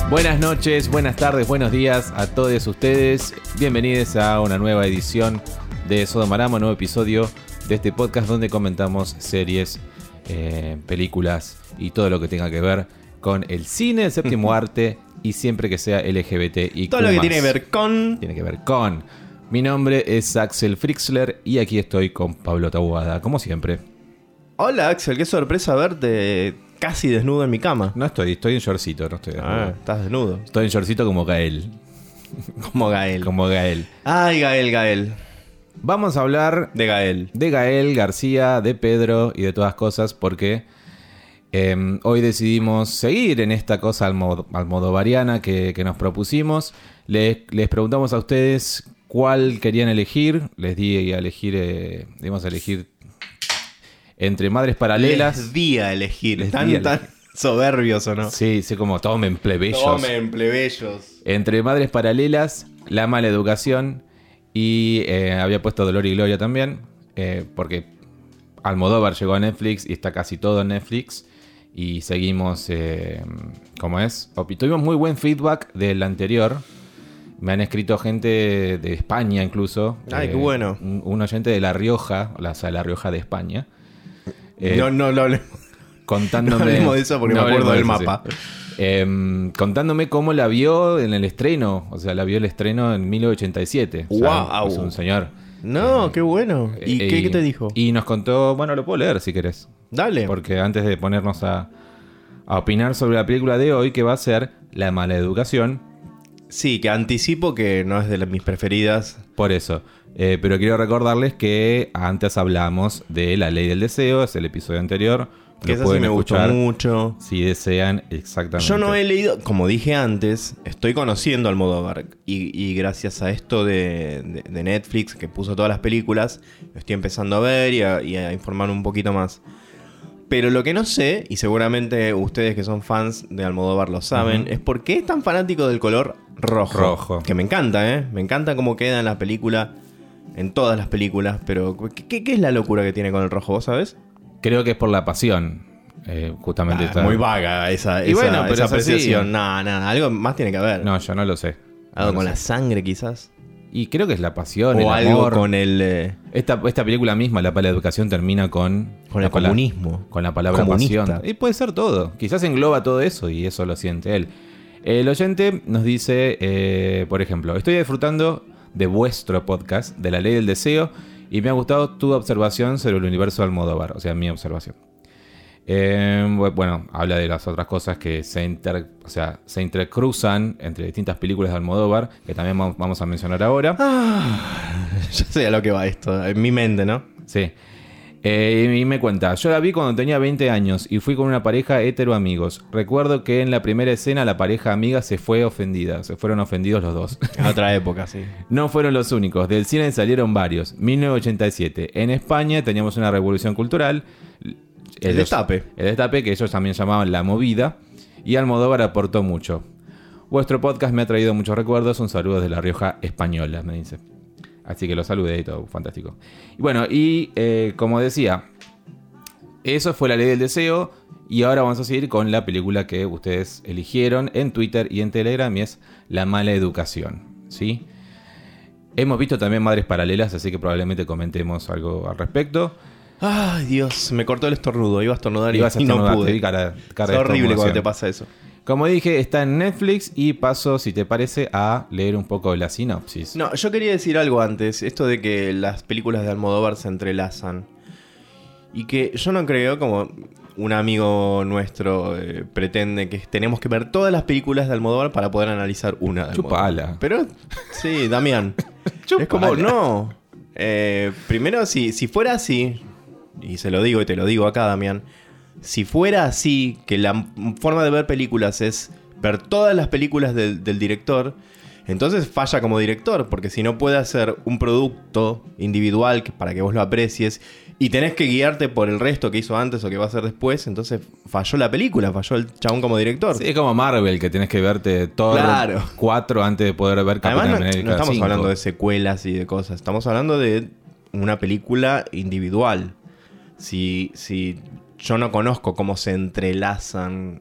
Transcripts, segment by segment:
Buenas noches, buenas tardes, buenos días a todos ustedes. Bienvenidos a una nueva edición de Sodomarama, nuevo episodio de este podcast donde comentamos series, películas y todo lo que tenga que ver con el cine, el séptimo arte y siempre que sea LGBT y todo lo que tiene que ver con... Tiene que ver con... Mi nombre es Axel Frixler y aquí estoy con Pablo Taboada, como siempre. Hola Axel, qué sorpresa verte casi desnudo en mi cama. No estoy en shortcito, no estoy desnudo. Estás desnudo. Estoy en shortcito como Gael. Como Gael. Como Gael. Ay, Gael. Vamos a hablar de Gael García, de Pedro y de todas cosas porque hoy decidimos seguir en esta cosa almodovariana que nos propusimos. Les preguntamos a ustedes cuál querían elegir. Les di a elegir, dimos a elegir entre Madres Paralelas. Les di a elegir. Tan soberbios o no. Sí, como tomen plebeyos. Tomen plebeyos. Entre Madres Paralelas, La Mala Educación y había puesto Dolor y Gloria también, porque Almodóvar llegó a Netflix y está casi todo en Netflix. Y seguimos, ¿cómo es? Tuvimos muy buen feedback del anterior. Me han escrito gente de España incluso. Ay, qué bueno. Un oyente de La Rioja, o sea, La Rioja de España. No lo hablemos. Contándome, no hablemos de eso porque me acuerdo del mapa. Sí. Contándome cómo la vio en el estreno. O sea, la vio el estreno en 1987. ¡Wow! Es un señor. No, qué bueno. ¿Y qué te dijo? Y nos contó, bueno, lo puedo leer si querés. Dale. Porque antes de ponernos a opinar sobre la película de hoy, que va a ser La Mala Educación. Sí, que anticipo que no es de mis preferidas. Por eso. Pero quiero recordarles que antes hablamos de La Ley del Deseo, es el episodio anterior. Que esa sí me gustó mucho. Si desean, exactamente. Yo no he leído, como dije antes, estoy conociendo a Almodóvar. Y gracias a esto de Netflix, que puso todas las películas, estoy empezando a ver y a informar un poquito más. Pero lo que no sé, y seguramente ustedes que son fans de Almodóvar lo saben, es por qué es tan fanático del color rojo. Que me encanta, ¿eh? Me encanta cómo queda en la película, en todas las películas. Pero, ¿qué es la locura que tiene con el rojo? ¿Vos sabés? Creo que es por la pasión. Justamente está muy vaga esa apreciación. Nada, algo más tiene que haber. No, yo no lo sé. Algo con la sangre, quizás. Y creo que es la pasión, o el algo amor. Con el... Esta película misma, La Mala Educación, termina con el comunismo. Con la palabra comunista. pasión. Y puede ser todo. Quizás engloba todo eso y eso lo siente él. El oyente nos dice, por ejemplo, estoy disfrutando de vuestro podcast, de La Ley del Deseo, y me ha gustado tu observación sobre el universo de Almodóvar. O sea, mi observación. Bueno, habla de las otras cosas que se intercruzan entre distintas películas de Almodóvar, que también vamos a mencionar ahora. Ya sé a lo que va esto, en mi mente, ¿no? Sí. Y me cuenta, yo la vi cuando tenía 20 años y fui con una pareja hetero amigos. Recuerdo que en la primera escena la pareja amiga se fue ofendida, se fueron ofendidos los dos. En otra época, sí. No fueron los únicos, del cine salieron varios. 1987, en España teníamos una revolución cultural. El destape, que ellos también llamaban La Movida, y Almodóvar aportó mucho. Vuestro podcast me ha traído muchos recuerdos, un saludo de La Rioja española, me dice. Así que lo saludé y todo, fantástico. Y bueno, como decía, eso fue La Ley del Deseo, y ahora vamos a seguir con la película que ustedes eligieron en Twitter y en Telegram, y es La Mala Educación, ¿sí? Hemos visto también Madres Paralelas, así que probablemente comentemos algo al respecto. Ay, Dios, me cortó el estornudo. Iba a estornudar y no pude. Es horrible cuando te pasa eso. Como dije, está en Netflix y paso, si te parece, a leer un poco de la sinopsis. No, yo quería decir algo antes. Esto de que las películas de Almodóvar se entrelazan. Y que yo no creo, como un amigo nuestro pretende, que tenemos que ver todas las películas de Almodóvar para poder analizar una de Almodóvar. Chupala. Pero, sí, Damián. Es como, no. Primero, si fuera así... Y se lo digo y te lo digo acá, Damián. Si fuera así, que la forma de ver películas es ver todas las películas del director, entonces falla como director, porque si no puede hacer un producto individual para que vos lo aprecies y tenés que guiarte por el resto que hizo antes o que va a hacer después, entonces falló la película, falló el chabón como director. Sí, es como Marvel, que tenés que verte Thor 4 antes de poder ver Capitán América. No estamos 5. hablando de secuelas y de cosas, estamos hablando de una película individual. Si yo no conozco cómo se entrelazan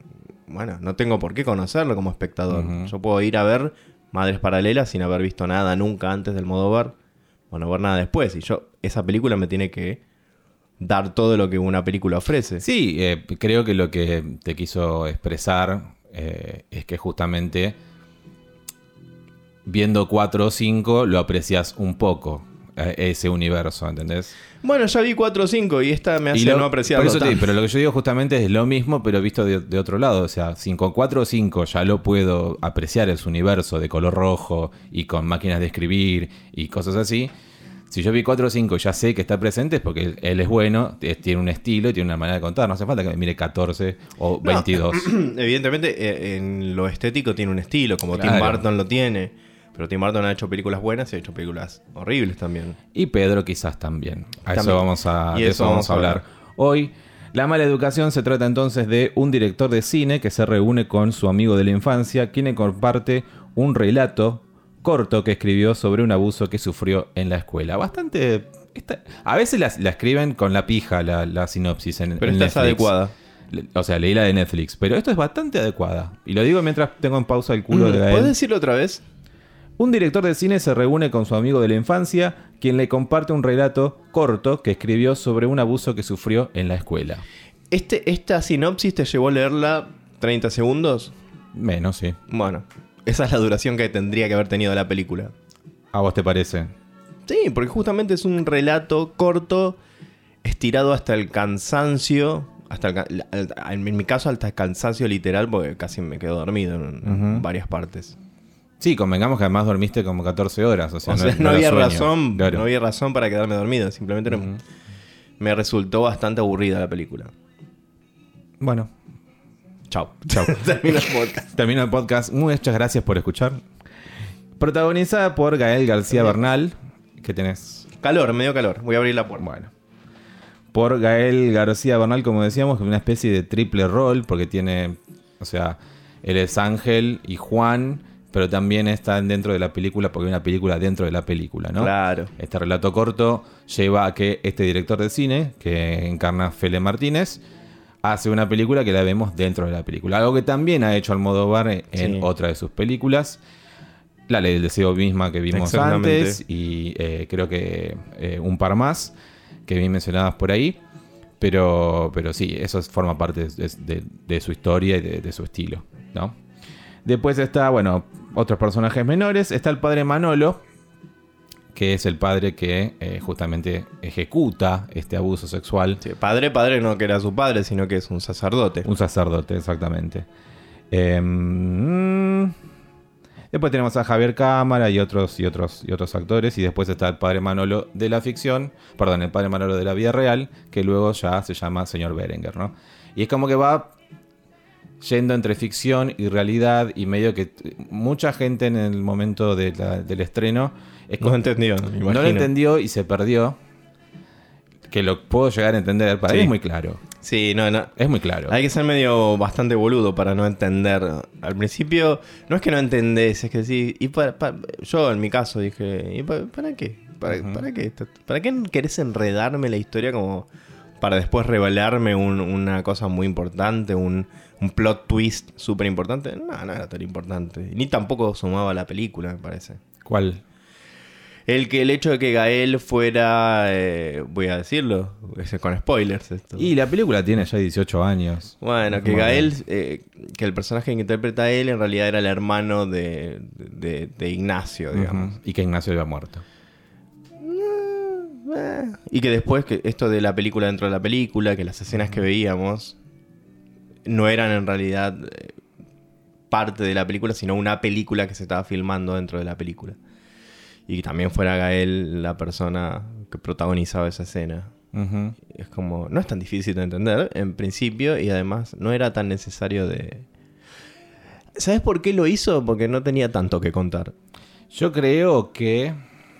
bueno, no tengo por qué conocerlo como espectador. Ujú. Yo puedo ir a ver Madres Paralelas sin haber visto nada nunca antes del Almodóvar, o no ver nada después. Y esa película me tiene que dar todo lo que una película ofrece. Sí, creo que lo que te quiso expresar es que justamente viendo 4 o 5 lo aprecias un poco, ese universo, ¿entendés? Bueno, ya vi 4 o 5 y esta me hace no apreciarlo por eso tanto. pero lo que yo digo justamente es lo mismo, pero visto de otro lado. O sea, si con 4 o 5 ya lo puedo apreciar, ese universo de color rojo y con máquinas de escribir y cosas así. Si yo vi 4 o 5 y ya sé que está presente es porque él es bueno, tiene un estilo y tiene una manera de contar. No hace falta que me mire 14 o 22. No, evidentemente, en lo estético tiene un estilo, como Claro. Tim Burton lo tiene. Pero Tim Burton ha hecho películas buenas y ha hecho películas horribles también. Y Pedro quizás también. También. De eso vamos a hablar hoy. La mala educación se trata entonces de un director de cine que se reúne con su amigo de la infancia, quien le comparte un relato corto que escribió sobre un abuso que sufrió en la escuela. Bastante... a veces la escriben con la pija, la sinopsis en Pero en esta es Netflix. adecuada. O sea, leí la de Netflix. Pero esto es bastante adecuada. Y lo digo mientras tengo en pausa el culo de Gael. ¿Puedes decirlo otra vez? Un director de cine se reúne con su amigo de la infancia, quien le comparte un relato corto que escribió sobre un abuso que sufrió en la escuela. ¿Esta sinopsis te llevó a leerla 30 segundos? Menos, sí. Bueno, esa es la duración que tendría que haber tenido la película. ¿A vos te parece? Sí, porque justamente es un relato corto, estirado hasta el cansancio, en mi caso hasta el cansancio literal, porque casi me quedo dormido en varias partes. Sí, convengamos que además dormiste como 14 horas. O sea, No era había sueño. razón, Claro. no había razón para quedarme dormido. Simplemente me resultó bastante aburrida la película. Bueno, Chao. chao. Termino el podcast. Termino el podcast. Muchas gracias por escuchar. Protagonizada por Gael García Bernal. ¿Qué tenés? Calor, me dio calor. Voy a abrir la puerta. Bueno. Por Gael García Bernal, como decíamos, una especie de triple rol, porque tiene, o sea, él es Ángel y Juan, pero también están dentro de la película, porque hay una película dentro de la película, ¿no? Claro. Este relato corto lleva a que este director de cine, que encarna Fele Martínez, hace una película que la vemos dentro de la película. Algo que también ha hecho Almodóvar en Sí. otra de sus películas. La Ley del Deseo misma que vimos Exactamente. antes y creo que un par más que bien mencionadas por ahí. Pero sí, eso forma parte de su historia y de su estilo, ¿no? Después está, bueno, otros personajes menores. Está el padre Manolo, que es el padre que justamente ejecuta este abuso sexual. Sí, padre no que era su padre, sino que es un sacerdote. Un sacerdote, exactamente. Después tenemos a Javier Cámara y otros actores. Y después está el padre Manolo de la ficción. Perdón, el padre Manolo de la vida real. Que luego ya se llama señor Berenguer, ¿no? Y es como que va yendo entre ficción y realidad. Y medio que mucha gente en el momento del estreno No entendió, me no imagino. lo entendió y se perdió. Que lo puedo llegar a entender. Para Sí. mí es muy claro. Sí, no. Es muy claro. Hay que ser bastante boludo para no entender. Al principio, no es que no entendés, es que sí. Yo en mi caso dije, ¿y para qué? ¿Para qué esto? ¿Para qué querés enredarme la historia como para después revelarme una cosa muy importante, un plot twist súper importante? No era tan importante. Ni tampoco sumaba a la película, me parece. ¿Cuál? El hecho de que Gael fuera, voy a decirlo, con spoilers esto. Y la película tiene ya 18 años. Bueno, que Muy Gael, que el personaje que interpreta a él en realidad era el hermano de Ignacio, digamos. Ujú. Y que Ignacio había muerto. Y que después, que esto de la película dentro de la película, que las escenas que veíamos no eran en realidad parte de la película, sino una película que se estaba filmando dentro de la película. Y que también fuera Gael la persona que protagonizaba esa escena. Ujú. Es como, no es tan difícil de entender en principio y además no era tan necesario de... ¿Sabes por qué lo hizo? Porque no tenía tanto que contar. Yo creo que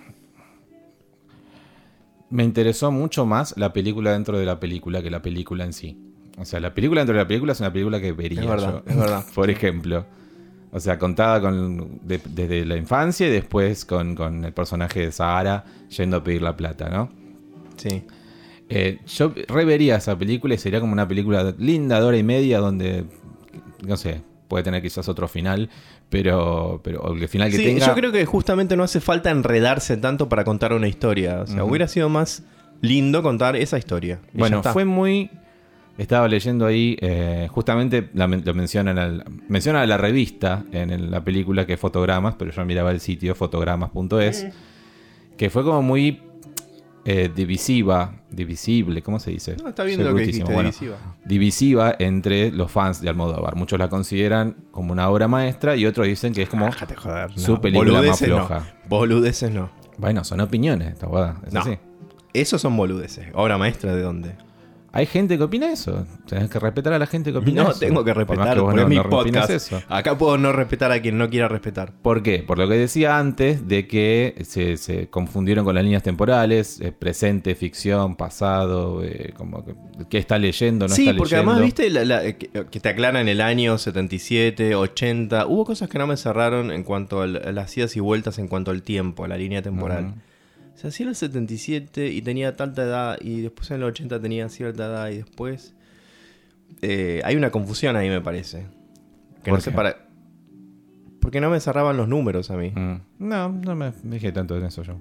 me interesó mucho más la película dentro de la película que la película en sí. O sea, la película dentro de la película es una película que vería Es verdad, yo. es verdad. Por ejemplo. O sea, contada desde la infancia y después con el personaje de Sahara yendo a pedir la plata, ¿no? Sí. Yo revería esa película y sería como una película linda de hora y media donde no sé, puede tener quizás otro final, pero el final que Sí, tenga... yo creo que justamente no hace falta enredarse tanto para contar una historia. O sea, hubiera sido más lindo contar esa historia. Y Bueno, ya está. fue muy... Estaba leyendo ahí, justamente lo mencionan menciona la revista en la película que es Fotogramas, pero yo miraba el sitio fotogramas.es, que fue como muy divisible, ¿cómo se dice? No, está bien Soy lo que brutísimo. dijiste, Bueno, divisiva. divisiva entre los fans de Almodóvar. Muchos la consideran como una obra maestra y otros dicen que es como Déjate joder. su película más Boludeces floja. no. Boludeces no. Bueno, son opiniones, esta boda, es No. así. Esos son boludeces. ¿Obra maestra de dónde? Hay gente que opina eso. Tenés que respetar a la gente que opina No eso. tengo que Por más respetar, que vos porque es mi opinas podcast. eso. Acá puedo no respetar a quien no quiera respetar. ¿Por qué? Por lo que decía antes de que se confundieron con las líneas temporales, presente, ficción, pasado, como que qué está leyendo, no Sí, está porque leyendo. además, viste, que te aclaran el año 77, 80. Hubo cosas que no me cerraron en cuanto a las idas y vueltas en cuanto al tiempo, a la línea temporal. Ujú. Se hacía en el 77 y tenía tanta edad, y después en el 80 tenía cierta edad, y después... hay una confusión ahí, me parece. Que ¿Por no sé qué? para... Porque no me cerraban los números a mí. No me fijé tanto en eso yo.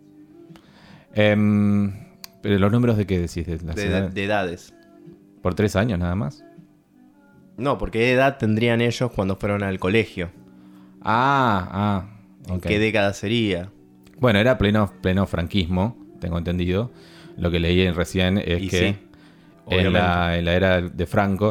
Pero los números de qué decís, de las edades? De edades. ¿Por 3 años nada más? No, porque ¿qué edad tendrían ellos cuando fueron al colegio? Ok. ¿Qué década sería? Bueno, era pleno franquismo, tengo entendido. Lo que leí recién es Y que sí, en obviamente. la era de Franco,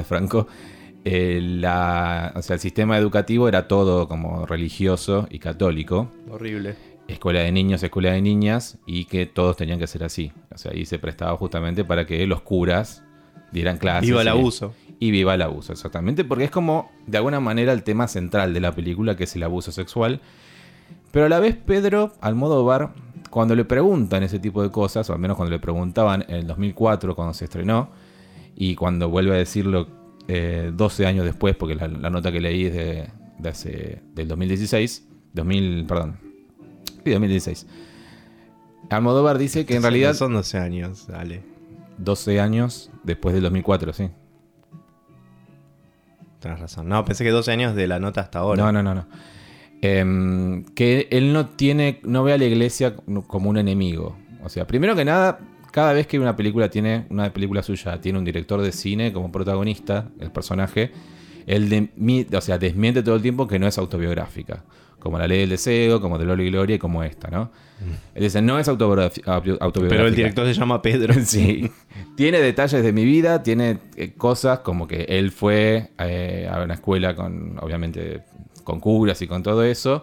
o sea, el sistema educativo era todo como religioso y católico. Horrible. Escuela de niños, escuela de niñas, y que todos tenían que ser así. O sea, ahí se prestaba justamente para que los curas dieran clases. Viva el abuso. Y viva el abuso, exactamente. Porque es como, de alguna manera, el tema central de la película, que es el abuso sexual. Pero a la vez Pedro Almodóvar, cuando le preguntan ese tipo de cosas, o al menos cuando le preguntaban en el 2004, cuando se estrenó, y cuando vuelve a decirlo 12 años después, porque la nota que leí es del 2016, 2016. Almodóvar dice que en realidad... Son 12 años, dale. 12 años después del 2004, sí. Tienes razón. No, pensé que 12 años de la nota hasta ahora. No. Que él no ve a la iglesia como un enemigo. O sea, primero que nada, cada vez que una película suya tiene un director de cine como protagonista, el personaje, él desmiente todo el tiempo que no es autobiográfica. Como La Ley del Deseo, como Dolor y Gloria y como esta, ¿no? Él dice, no es autobiográfica. Pero el director se llama Pedro. Sí. Tiene detalles de mi vida, tiene cosas como que él fue a una escuela obviamente, con curas y con todo eso.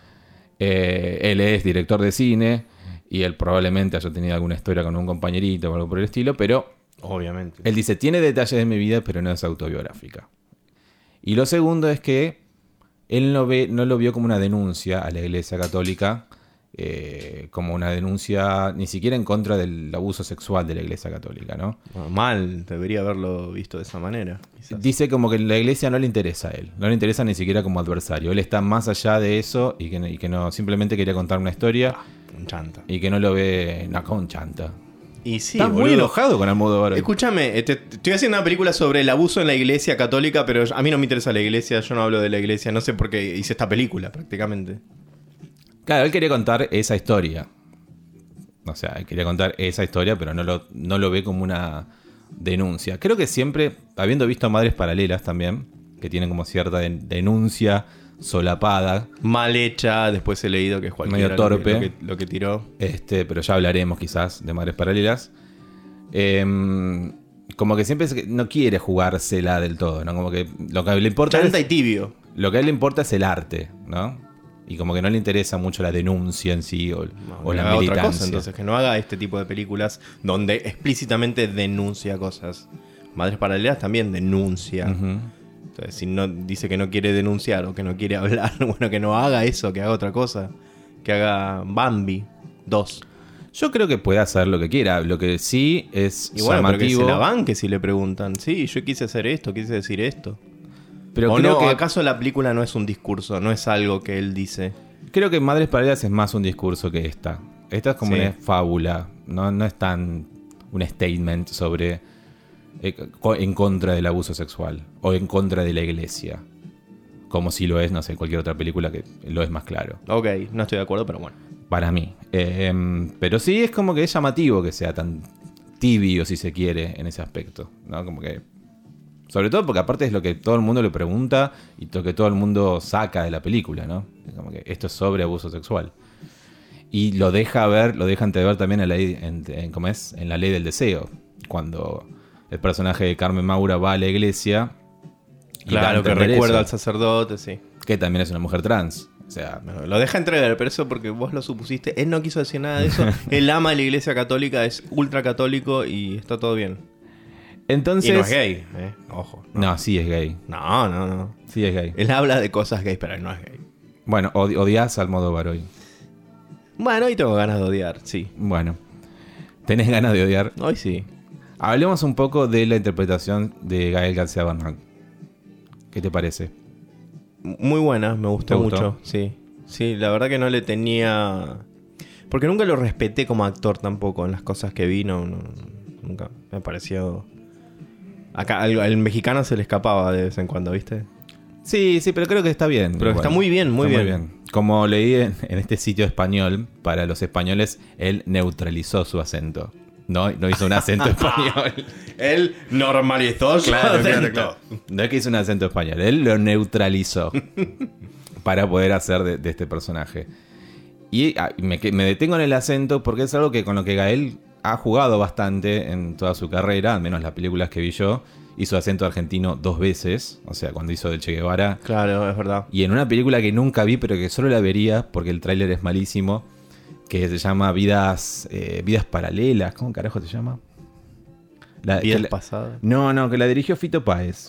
Él es director de cine y él probablemente haya tenido alguna historia con un compañerito o algo por el estilo, pero Obviamente. él dice, tiene detalles de mi vida, pero no es autobiográfica. Y lo segundo es que él no lo vio como una denuncia a la Iglesia Católica, como una denuncia ni siquiera en contra del abuso sexual de la Iglesia Católica, ¿no? Bueno, mal, debería haberlo visto de esa manera. Quizás. Dice como que la Iglesia no le interesa a él, no le interesa ni siquiera como adversario. Él está más allá de eso y que no, simplemente quería contar una historia Un chanta. y que no lo ve con chanta. Y sí, Está muy boludo. enojado con Almodóvar hoy. Escúchame, estoy haciendo una película sobre el abuso en la iglesia católica, pero a mí no me interesa la iglesia, yo no hablo de la iglesia, no sé por qué hice esta película prácticamente. Claro, él quería contar esa historia. O sea, él quería contar esa historia, pero no lo ve como una denuncia. Creo que siempre, habiendo visto Madres Paralelas también, que tienen como cierta denuncia solapada. Mal hecha, después he leído que es cualquiera Medio torpe. lo que tiró. Pero ya hablaremos quizás de Madres Paralelas. Como que siempre no quiere jugársela del todo, ¿no? Como que lo que le importa Chanta y tibio. lo que a él le importa es el arte, ¿no? Y como que no le interesa mucho la denuncia en sí o Que la haga militancia. otra cosa, entonces, que no haga este tipo de películas donde explícitamente denuncia cosas. Madres Paralelas también denuncia. Ujú. Entonces, si no dice que no quiere denunciar o que no quiere hablar, bueno, que no haga eso, que haga otra cosa. Que haga Bambi 2. Yo creo que puede hacer lo que quiera. Lo que sí es Y bueno, pero que llamativo. se la banque si le preguntan. Sí, yo quise hacer esto, quise decir esto. Pero ¿O creo no? que ¿Acaso la película no es un discurso? No es algo que él dice. creo que Madres Paralelas es más un discurso que esta. Esta es como Sí. una fábula. No es tan un statement sobre en contra del abuso sexual o en contra de la iglesia. Como si lo es, no sé, cualquier otra película que lo es más claro. Ok, no estoy de acuerdo, pero bueno. Para mí. Pero sí es como que es llamativo que sea tan tibio, si se quiere, en ese aspecto, ¿no? Como que... Sobre todo porque aparte es lo que todo el mundo le pregunta y lo que todo el mundo saca de la película, ¿no? Como que esto es sobre abuso sexual. Y lo deja ver, lo deja entrever también ¿cómo es? En La Ley del Deseo. Cuando el personaje de Carmen Maura va a la iglesia. Claro, que recuerda al sacerdote, sí. Que también es una mujer trans. O sea, bueno, lo deja entrever, pero eso porque vos lo supusiste. Él no quiso decir nada de eso. Él ama a la iglesia católica, es ultra católico y está todo bien. Entonces... Y no es gay, ojo. No, sí es gay. No. Sí es gay. Él habla de cosas gays, pero él no es gay. Bueno, odias a Almodóvar hoy. Bueno, hoy tengo ganas de odiar, sí. Bueno, ¿tenés ganas de odiar? Hoy sí. Hablemos un poco de la interpretación de Gael García Bernal. ¿Qué te parece? Muy buena, me gustó ¿Te gustó? mucho, sí. Sí, la verdad que no le tenía... Porque nunca lo respeté como actor tampoco en las cosas que vi, nunca me pareció... Acá al mexicano se le escapaba de vez en cuando, ¿viste? Sí, pero creo que está bien. Pero igual. está muy bien, muy bien. Como leí en este sitio español, para los españoles, él neutralizó su acento. No hizo un acento español. Él normalizó su acento. Claro. No es que hizo un acento español, él lo neutralizó para poder hacer de este personaje. Y me detengo en el acento porque es algo que con lo que Gael ha jugado bastante en toda su carrera, al menos las películas que vi yo. Hizo acento argentino 2 veces, o sea, cuando hizo del Che Guevara. Claro, es verdad. Y en una película que nunca vi, pero que solo la vería porque el tráiler es malísimo, que se llama Vidas Paralelas. ¿Cómo carajo se llama? Vidas Pasadas. No, que la dirigió Fito Páez.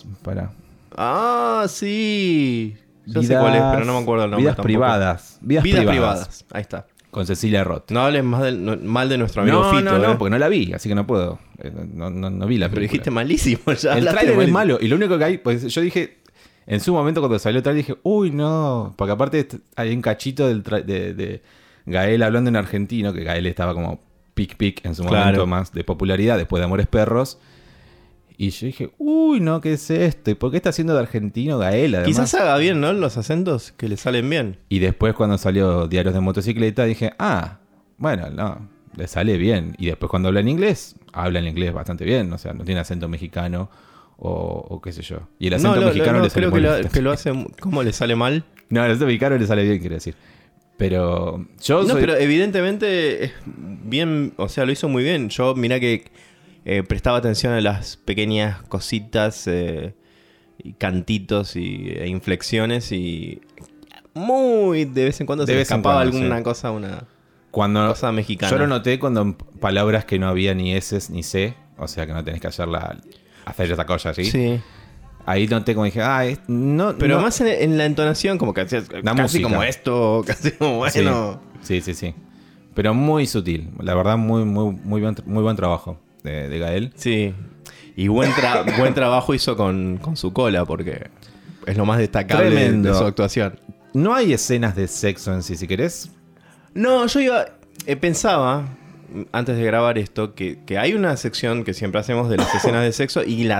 Ah, sí. Yo sé cuál es, pero no me acuerdo el nombre. Vidas privadas. Vidas privadas. Ahí está. Con Cecilia Roth. No hables mal de nuestro amigo Fito. No, porque no la vi, así que no puedo. No vi la película. Pero dijiste malísimo ya. El tráiler es malo. Y lo único que hay, pues yo dije, en su momento cuando salió el tráiler dije, uy, no. Porque aparte hay un cachito de Gael hablando en argentino, que Gael estaba como pic en su momento más de popularidad, después de Amores Perros. Y yo dije, uy, no, ¿qué es esto? ¿Y por qué está haciendo de argentino Gael? Además? Quizás haga bien, ¿no? Los acentos que le salen bien. Y después cuando salió Diarios de Motocicleta dije, bueno, no, le sale bien. Y después cuando habla en inglés bastante bien. O sea, no tiene acento mexicano o qué sé yo. Y el acento mexicano le sale mal. Que lo hace, ¿cómo le sale mal? No, el acento mexicano le sale bien, quiero decir. Pero pero evidentemente es bien, o sea, lo hizo muy bien. Yo, mirá que prestaba atención a las pequeñas cositas y cantitos e inflexiones y muy de vez en cuando se le escapaba alguna cosa, cosa mexicana. Yo lo noté cuando en palabras que no había ni S ni C, o sea que no tenés que hacer esa cosa así. Sí. Ahí noté como dije, no. Pero no. más en la entonación, como que hacías casi música. como esto, casi como bueno. Sí. Pero muy sutil. La verdad, muy buen trabajo de Gael. Sí. Y buen trabajo hizo con su cola, porque es lo más destacable de su actuación. No hay escenas de sexo en sí, si querés. No, yo pensaba, antes de grabar esto, que hay una sección que siempre hacemos de las escenas de sexo y la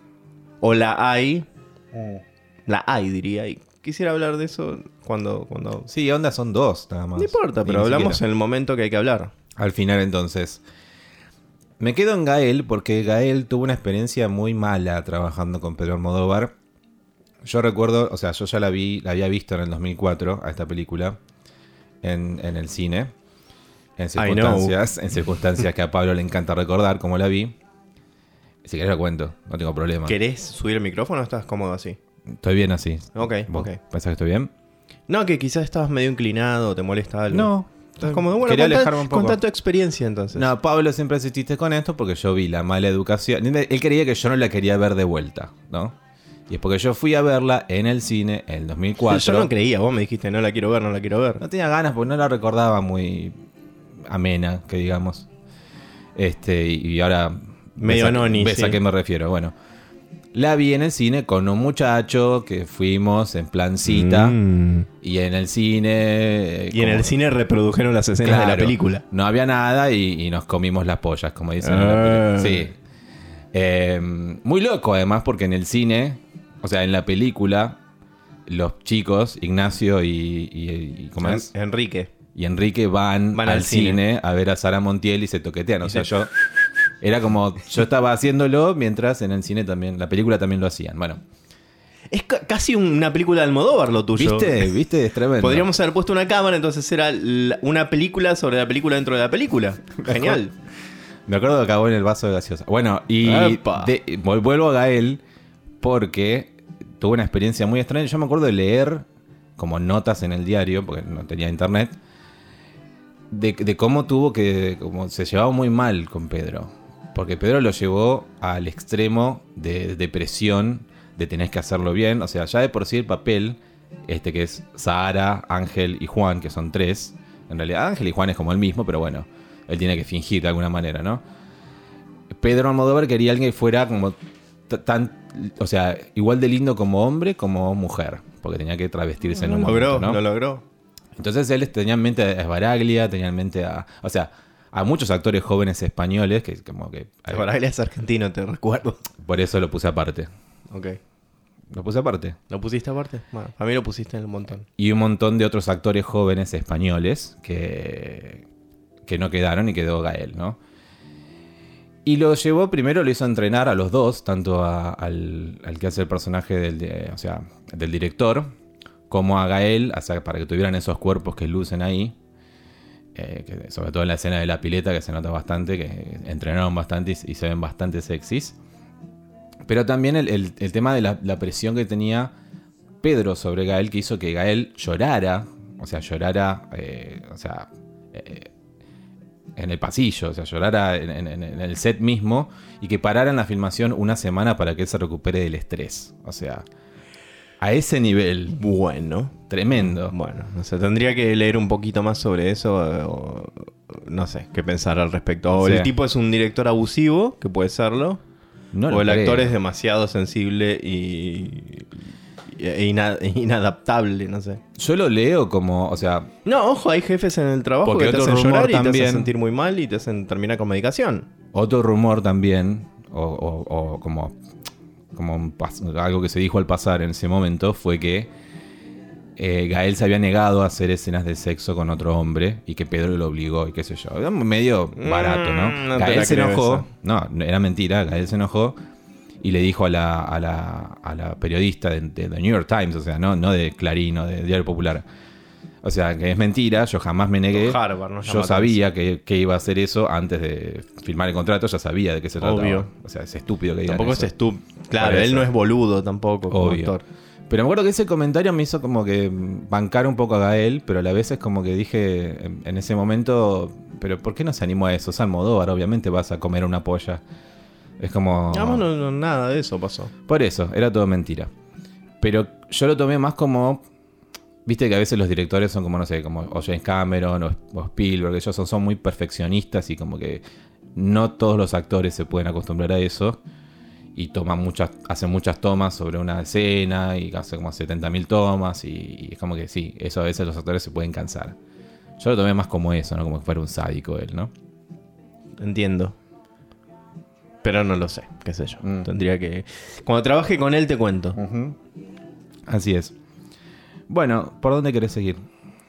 hay, diría, y quisiera hablar de eso cuando... Sí, onda son 2 nada más. No importa, pero hablamos en el momento que hay que hablar. Al final, entonces. Me quedo en Gael porque Gael tuvo una experiencia muy mala trabajando con Pedro Almodóvar. Yo recuerdo, o sea, yo ya la había visto en el 2004 a esta película en el cine. En circunstancias que a Pablo le encanta recordar, como la vi. Si querés lo cuento, no tengo problema. ¿Querés subir el micrófono o estás cómodo así? Estoy bien así. Ok. ¿Pensás que estoy bien? No, que quizás estabas medio inclinado, te molesta algo. No. Estás como, bueno, quería alejarme un poco. Contá tu experiencia entonces. No, Pablo siempre insististe con esto porque yo vi la mala educación. Él creía que yo no la quería ver de vuelta, ¿no? Y es porque yo fui a verla en el cine en el 2004. Yo no creía, vos me dijiste no la quiero ver. No tenía ganas porque no la recordaba muy amena, que digamos. Y ahora... Medio noni, ¿Ves a qué me refiero? Bueno, la vi en el cine con un muchacho que fuimos en plan cita. Y en el cine... Y en el cine reprodujeron las escenas de la película. No había nada y nos comimos las pollas, como dicen en la película. Sí. Muy loco, además, porque en el cine, o sea, en la película, los chicos, Ignacio y ¿cómo es? Enrique. Y Enrique van al cine a ver a Sara Montiel y se toquetean. O sea, yo... Era como... Yo estaba haciéndolo mientras en el cine también... La película también lo hacían. Bueno. Es casi una película de Almodóvar lo tuyo. ¿Viste? Es tremendo. Podríamos haber puesto una cámara, entonces era una película sobre la película dentro de la película. Genial. Me acuerdo que acabó en el vaso de gaseosa. Bueno, y vuelvo a Gael porque tuve una experiencia muy extraña. Yo me acuerdo de leer como notas en el diario, porque no tenía internet, de cómo como se llevaba muy mal con Pedro. Porque Pedro lo llevó al extremo de depresión, de tenés que hacerlo bien. O sea, ya de por sí el papel, que es Sara, Ángel y Juan, que son 3. En realidad Ángel y Juan es como el mismo, pero bueno, él tiene que fingir de alguna manera, ¿no? Pedro Almodóvar quería alguien que fuera como o sea, igual de lindo como hombre como mujer, porque tenía que travestirse en un momento, ¿no? Lo logró. Entonces él tenía en mente a Sbaraglia, tenía en mente a muchos actores jóvenes españoles que como que... Sbaraglia es argentino, te recuerdo. Por eso lo puse aparte. Ok. Lo puse aparte. ¿Lo pusiste aparte? Bueno, a mí lo pusiste en un montón. Y un montón de otros actores jóvenes españoles que no quedaron y quedó Gael, ¿no? Y lo llevó, primero lo hizo entrenar a los dos, tanto al que hace el personaje del director, como a Gael, o sea, para que tuvieran esos cuerpos que lucen ahí. Que sobre todo en la escena de la pileta, que se nota bastante, que entrenaron bastante y se ven bastante sexys. Pero también el tema de la presión que tenía Pedro sobre Gael, que hizo que Gael llorara, en el pasillo, o sea, llorara en el set mismo, y que pararan la filmación una semana para que él se recupere del estrés. O sea, a ese nivel. Bueno. Tremendo. Bueno, no sé, tendría que leer un poquito más sobre eso, o no sé, qué pensar al respecto. O el tipo es un director abusivo, que puede serlo, o el actor es demasiado sensible e inadaptable, no sé. Yo lo leo como, o sea... No, ojo, hay jefes en el trabajo que te hacen llorar y te hacen sentir muy mal y te hacen terminar con medicación. Otro rumor también, o como algo que se dijo al pasar en ese momento, fue que Gael se había negado a hacer escenas de sexo con otro hombre y que Pedro lo obligó y qué sé yo. Era medio barato, ¿no? Gael se enojó. No, era mentira. Gael se enojó y le dijo a la periodista de The New York Times, o sea, no de Clarín o de Diario Popular, o sea, que es mentira, yo jamás me negué. Harvard, no yo sabía que iba a hacer eso antes de firmar el contrato, ya sabía de qué se trataba. Obvio. O sea, es estúpido que digan tampoco eso. Es estúpido. Claro, él no es boludo tampoco como actor. Pero me acuerdo que ese comentario me hizo como que bancar un poco a Gael, pero a la vez es como que dije en ese momento, pero ¿por qué no se animó a eso? Es Almodóvar, obviamente vas a comer una polla. Es como... No, nada de eso pasó. Por eso, era todo mentira. Pero yo lo tomé más como... Viste que a veces los directores son como, no sé, como o James Cameron o Spielberg, ellos son muy perfeccionistas y como que no todos los actores se pueden acostumbrar a eso. Y hacen muchas tomas sobre una escena y hace como 70.000 tomas y es como que sí, eso a veces los actores se pueden cansar. Yo lo tomé más como eso, ¿no? Como que fuera un sádico él, ¿no? Entiendo. Pero no lo sé, qué sé yo. Tendría que... Cuando trabaje con él te cuento. Así es. Bueno, ¿por dónde querés seguir?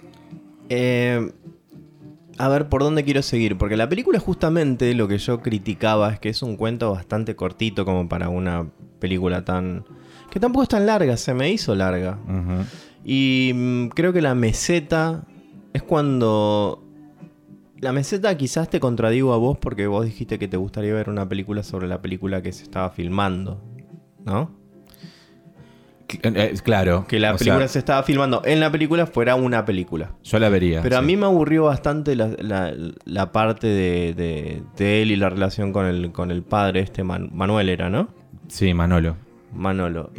A ver, ¿por dónde quiero seguir? Porque la película justamente lo que yo criticaba es que es un cuento bastante cortito como para una película tan... que tampoco es tan larga, se me hizo larga. Y creo que la meseta es cuando... La meseta quizás te contradigo a vos porque vos dijiste que te gustaría ver una película sobre la película que se estaba filmando, ¿no? Claro. Que la película se estaba filmando en la película fuera una película. Yo la vería. Pero sí. A mí me aburrió bastante la parte de él y la relación con el padre, Manuel era, ¿no? Sí, Manolo. Manuel.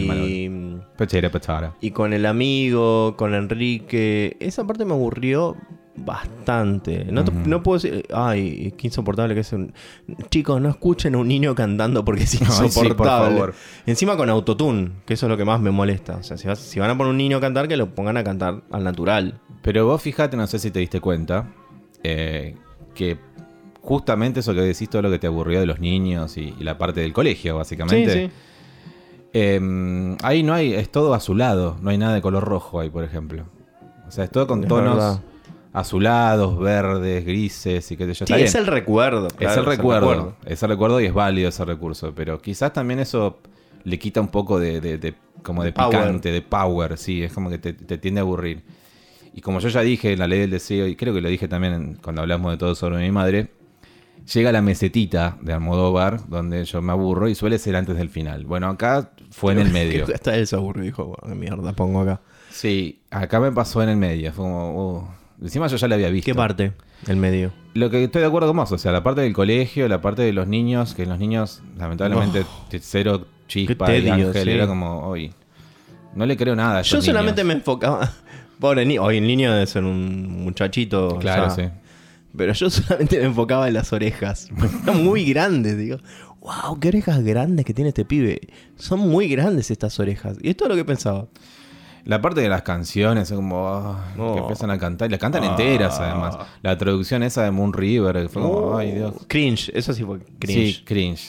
Y con el amigo, con Enrique. Esa parte me aburrió bastante. No puedo decir, ay, qué insoportable que es chicos, no escuchen a un niño cantando porque es insoportable. Sí, por favor. Encima con autotune, que eso es lo que más me molesta. O sea, si van a poner un niño a cantar, que lo pongan a cantar al natural. Pero vos fíjate, no sé si te diste cuenta, que justamente eso que decís, todo lo que te aburrió de los niños y la parte del colegio, básicamente. Sí, sí. Ahí no hay, es todo azulado, no hay nada de color rojo ahí, por ejemplo. O sea, es todo con tonos azulados, verdes, grises y qué sé yo. Sí, es el recuerdo. Claro, es el recuerdo y es válido ese recurso, pero quizás también eso le quita un poco como de picante, de power, sí, es como que te tiende a aburrir. Y como yo ya dije en La Ley del Deseo, y creo que lo dije también cuando hablamos de Todo sobre mi madre, llega la mesetita de Almodóvar, donde yo me aburro y suele ser antes del final. Bueno, acá fue en el medio. Hasta él se aburrió y dijo, bueno, qué mierda pongo acá. Sí, acá me pasó en el medio. Fue como, encima yo ya la había visto. ¿Qué parte? El medio. Lo que estoy de acuerdo con vos, o sea, la parte del colegio, la parte de los niños, que los niños, lamentablemente, cero chispa y ángel, era como, hoy no le creo nada a estos Yo solamente niños. me enfocaba... Pobre niño, hoy el niño debe ser un muchachito. Claro, o sea, sí. Pero yo solamente me enfocaba en las orejas. Están muy grandes, digo. Wow, qué orejas grandes que tiene este pibe. Son muy grandes estas orejas. Y esto es lo que pensaba. La parte de las canciones, es como que empiezan a cantar, y las cantan enteras además. La traducción esa de Moon River, fue como, ay Dios. Cringe, eso sí fue cringe. Sí, cringe.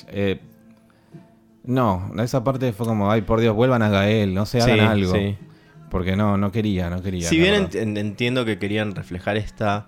No, esa parte fue como, ay por Dios, vuelvan a Gael, no sé, hagan algo. Sí. Porque no quería. Si bien entiendo que querían reflejar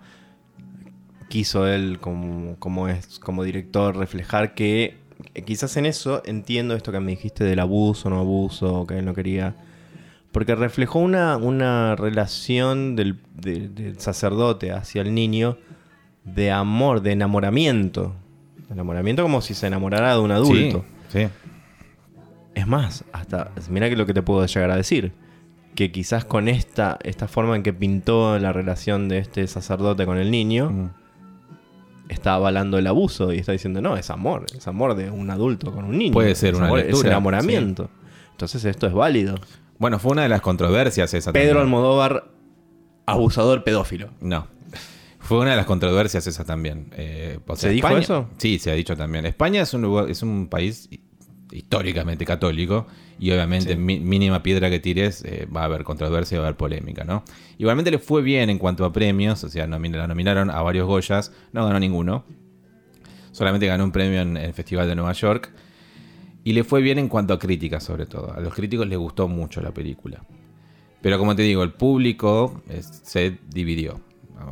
quiso él como director reflejar que quizás en eso entiendo esto que me dijiste del abuso, no abuso, que él no quería. Porque reflejó una relación del sacerdote hacia el niño de amor, de enamoramiento. Enamoramiento como si se enamorara de un adulto. Sí. Es más, hasta mira que lo que te puedo llegar a decir. Que quizás con esta forma en que pintó la relación de este sacerdote con el niño, está avalando el abuso y está diciendo, no, es amor de un adulto con un niño. Puede ser una lectura. Es enamoramiento. Sí. Entonces esto es válido. Bueno, fue una de las controversias esa Pedro también. Almodóvar, abusador pedófilo. No. Fue una de las controversias esa también. O sea, ¿Se dijo eso? Sí, se ha dicho también. España es un país históricamente católico y obviamente mínima piedra que tires va a haber controversia, va a haber polémica, ¿no? Igualmente le fue bien en cuanto a premios, o sea, la nominaron a varios Goyas, no ganó ninguno, solamente ganó un premio en el Festival de Nueva York y le fue bien en cuanto a críticas sobre todo, a los críticos les gustó mucho la película, pero como te digo, el público se dividió.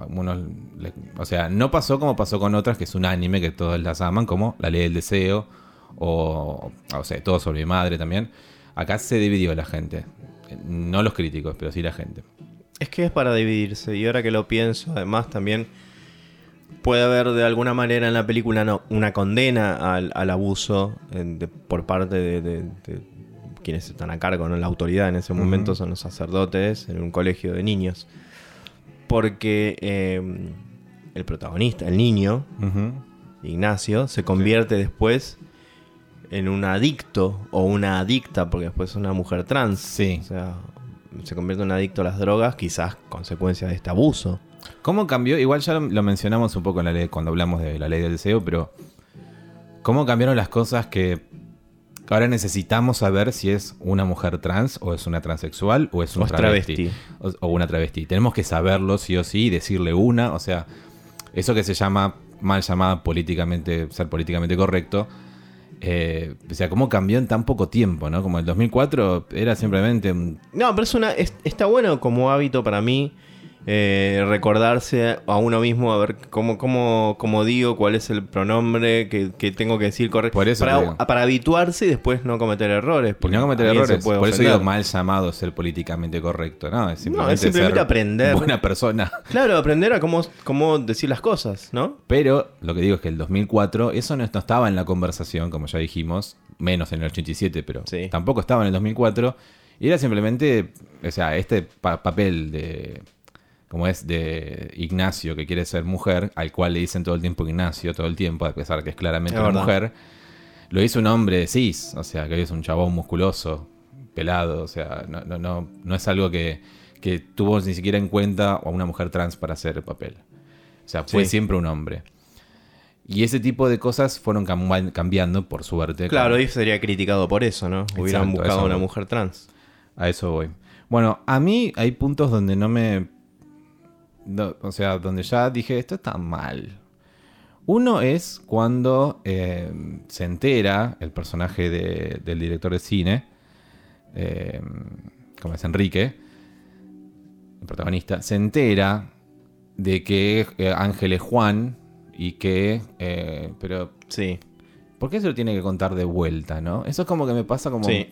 O sea, no pasó como pasó con otras que es un anime que todos las aman, como La Ley del Deseo o sea, Todo sobre mi madre también. Acá se dividió la gente. No los críticos, pero sí la gente. Es que es para dividirse. Y ahora que lo pienso, además también puede haber de alguna manera en la película una condena al abuso por parte de quienes están a cargo, ¿no? La autoridad en ese momento son los sacerdotes en un colegio de niños. Porque el protagonista, el niño, Ignacio, se convierte después en un adicto o una adicta, porque después es una mujer trans. Sí. O sea, se convierte en un adicto a las drogas, quizás consecuencia de este abuso. ¿Cómo cambió? Igual ya lo mencionamos un poco en la ley, cuando hablamos de La Ley del Deseo, pero ¿cómo cambiaron las cosas que ahora necesitamos saber si es una mujer trans o es una transexual o es un travesti? O una travesti. Tenemos que saberlo sí o sí y decirle una. O sea, eso que se llama, mal llamada ser políticamente correcto. O sea, cómo cambió en tan poco tiempo, ¿no? Como el 2004 era simplemente No, pero está bueno como hábito para mí recordarse a uno mismo, a ver cómo digo, cuál es el pronombre que tengo que decir correcto. Por eso para habituarse y después no cometer errores. Porque no cometer errores. Por eso digo mal llamado ser políticamente correcto, ¿no? Es simplemente ser aprender. Buena persona. Claro, aprender a cómo decir las cosas, ¿no? Pero lo que digo es que el 2004, eso no estaba en la conversación, como ya dijimos, menos en el 87, pero tampoco estaba en el 2004. Y era simplemente, o sea, este papel de... como es de Ignacio, que quiere ser mujer, al cual le dicen todo el tiempo Ignacio, todo el tiempo, a pesar que es claramente una mujer, lo hizo un hombre cis, o sea, que es un chabón musculoso, pelado, o sea, no es algo que tuvo ni siquiera en cuenta a una mujer trans para hacer el papel. O sea, fue siempre un hombre. Y ese tipo de cosas fueron cambiando, por suerte. Claro, y sería criticado por eso, ¿no? Hubieran buscado una mujer trans. A eso voy. Bueno, a mí hay puntos donde o sea, donde ya dije, esto está mal. Uno es cuando se entera el personaje del director de cine, como es Enrique, el protagonista, se entera de que Ángel es Juan y que... pero Sí. ¿por qué se lo tiene que contar de vuelta, no? Eso es como que me pasa como... Sí.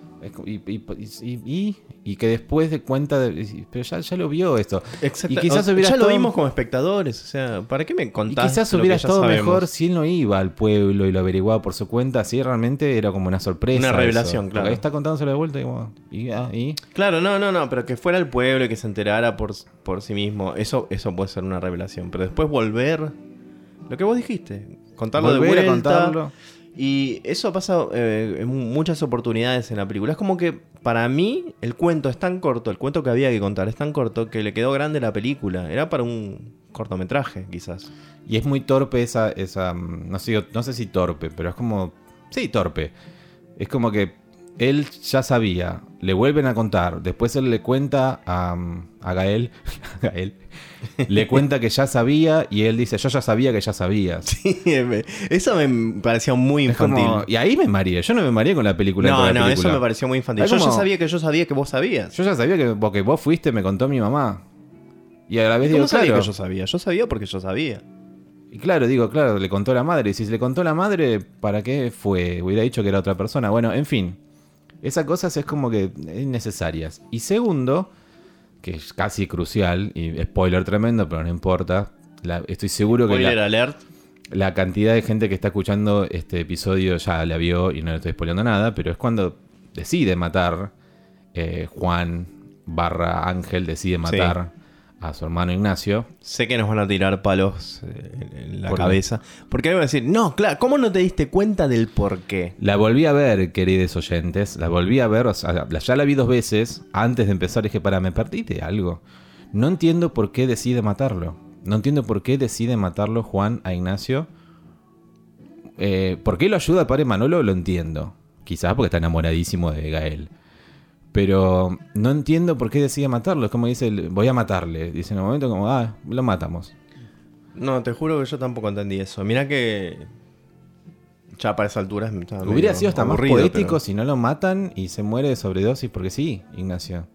Y que después de cuenta de... Pero ya lo vio esto. Exacto. Y quizás hubiera ya lo estado- vimos como espectadores. O sea, ¿para qué me Y contás quizás lo que hubiera ya estado sabemos? mejor si él no iba al pueblo y lo averiguaba por su cuenta. Así realmente era como una sorpresa. Una revelación, eso. claro. Porque ahí está contándoselo de vuelta y como... ¿Y? Claro, no, pero que fuera al pueblo y que se enterara por sí mismo. Eso puede ser una revelación. Pero después volver... Lo que vos dijiste. Contarlo Volver de a vuelta. contarlo. Y eso pasa en muchas oportunidades en la película. Es como que para mí el cuento es tan corto, el cuento que había que contar es tan corto que le quedó grande la película. Era para un cortometraje, quizás. Y es muy torpe esa no sé si torpe, pero es como... Sí, torpe. Es como que él ya sabía, le vuelven a contar, después él le cuenta a Gael, Gael, le cuenta que ya sabía y él dice, yo ya sabía que ya sabías. Sí, eso me parecía muy Es como- infantil. y ahí me mareé, yo no me mareé con la película. No, con la no, película. eso me pareció muy infantil. Es Yo ya como- sabía que vos sabías. Yo ya sabía que porque vos fuiste, me contó mi mamá. Y a la vez ¿Cómo digo, sabía claro. que yo sabía? Yo sabía porque yo sabía. Y claro, digo, claro, le contó la madre. Y si le contó la madre, ¿para qué fue? Hubiera dicho que era otra persona. Bueno, en fin. Esas cosas es como que innecesarias. Y segundo, que es casi crucial, y spoiler tremendo, pero no importa. Estoy seguro que Spoiler alert. la cantidad de gente que está escuchando este episodio ya la vio y no le estoy spoileando nada, pero es cuando decide matar Juan / Ángel, decide matar a su hermano Ignacio. Sé que nos van a tirar palos en la ¿Por qué? cabeza. Porque me van a decir, no, claro, ¿cómo no te diste cuenta del por qué? La volví a ver, queridos oyentes. La volví a ver, o sea, ya la vi 2 veces. Antes de empezar dije, me perdí de algo. No entiendo por qué decide matarlo. No entiendo por qué decide matarlo Juan a Ignacio. ¿Por qué lo ayuda al padre Manolo? Lo entiendo. Quizás porque está enamoradísimo de Gael. Pero no entiendo por qué decide matarlo. Es como dice, voy a matarle. Dice en un momento como, lo matamos. No, te juro que yo tampoco entendí eso. Mirá que ya para esa altura estaba Hubiera medio sido hasta más aburrido, poético pero- si no lo matan y se muere de sobredosis. Porque sí, Ignacio.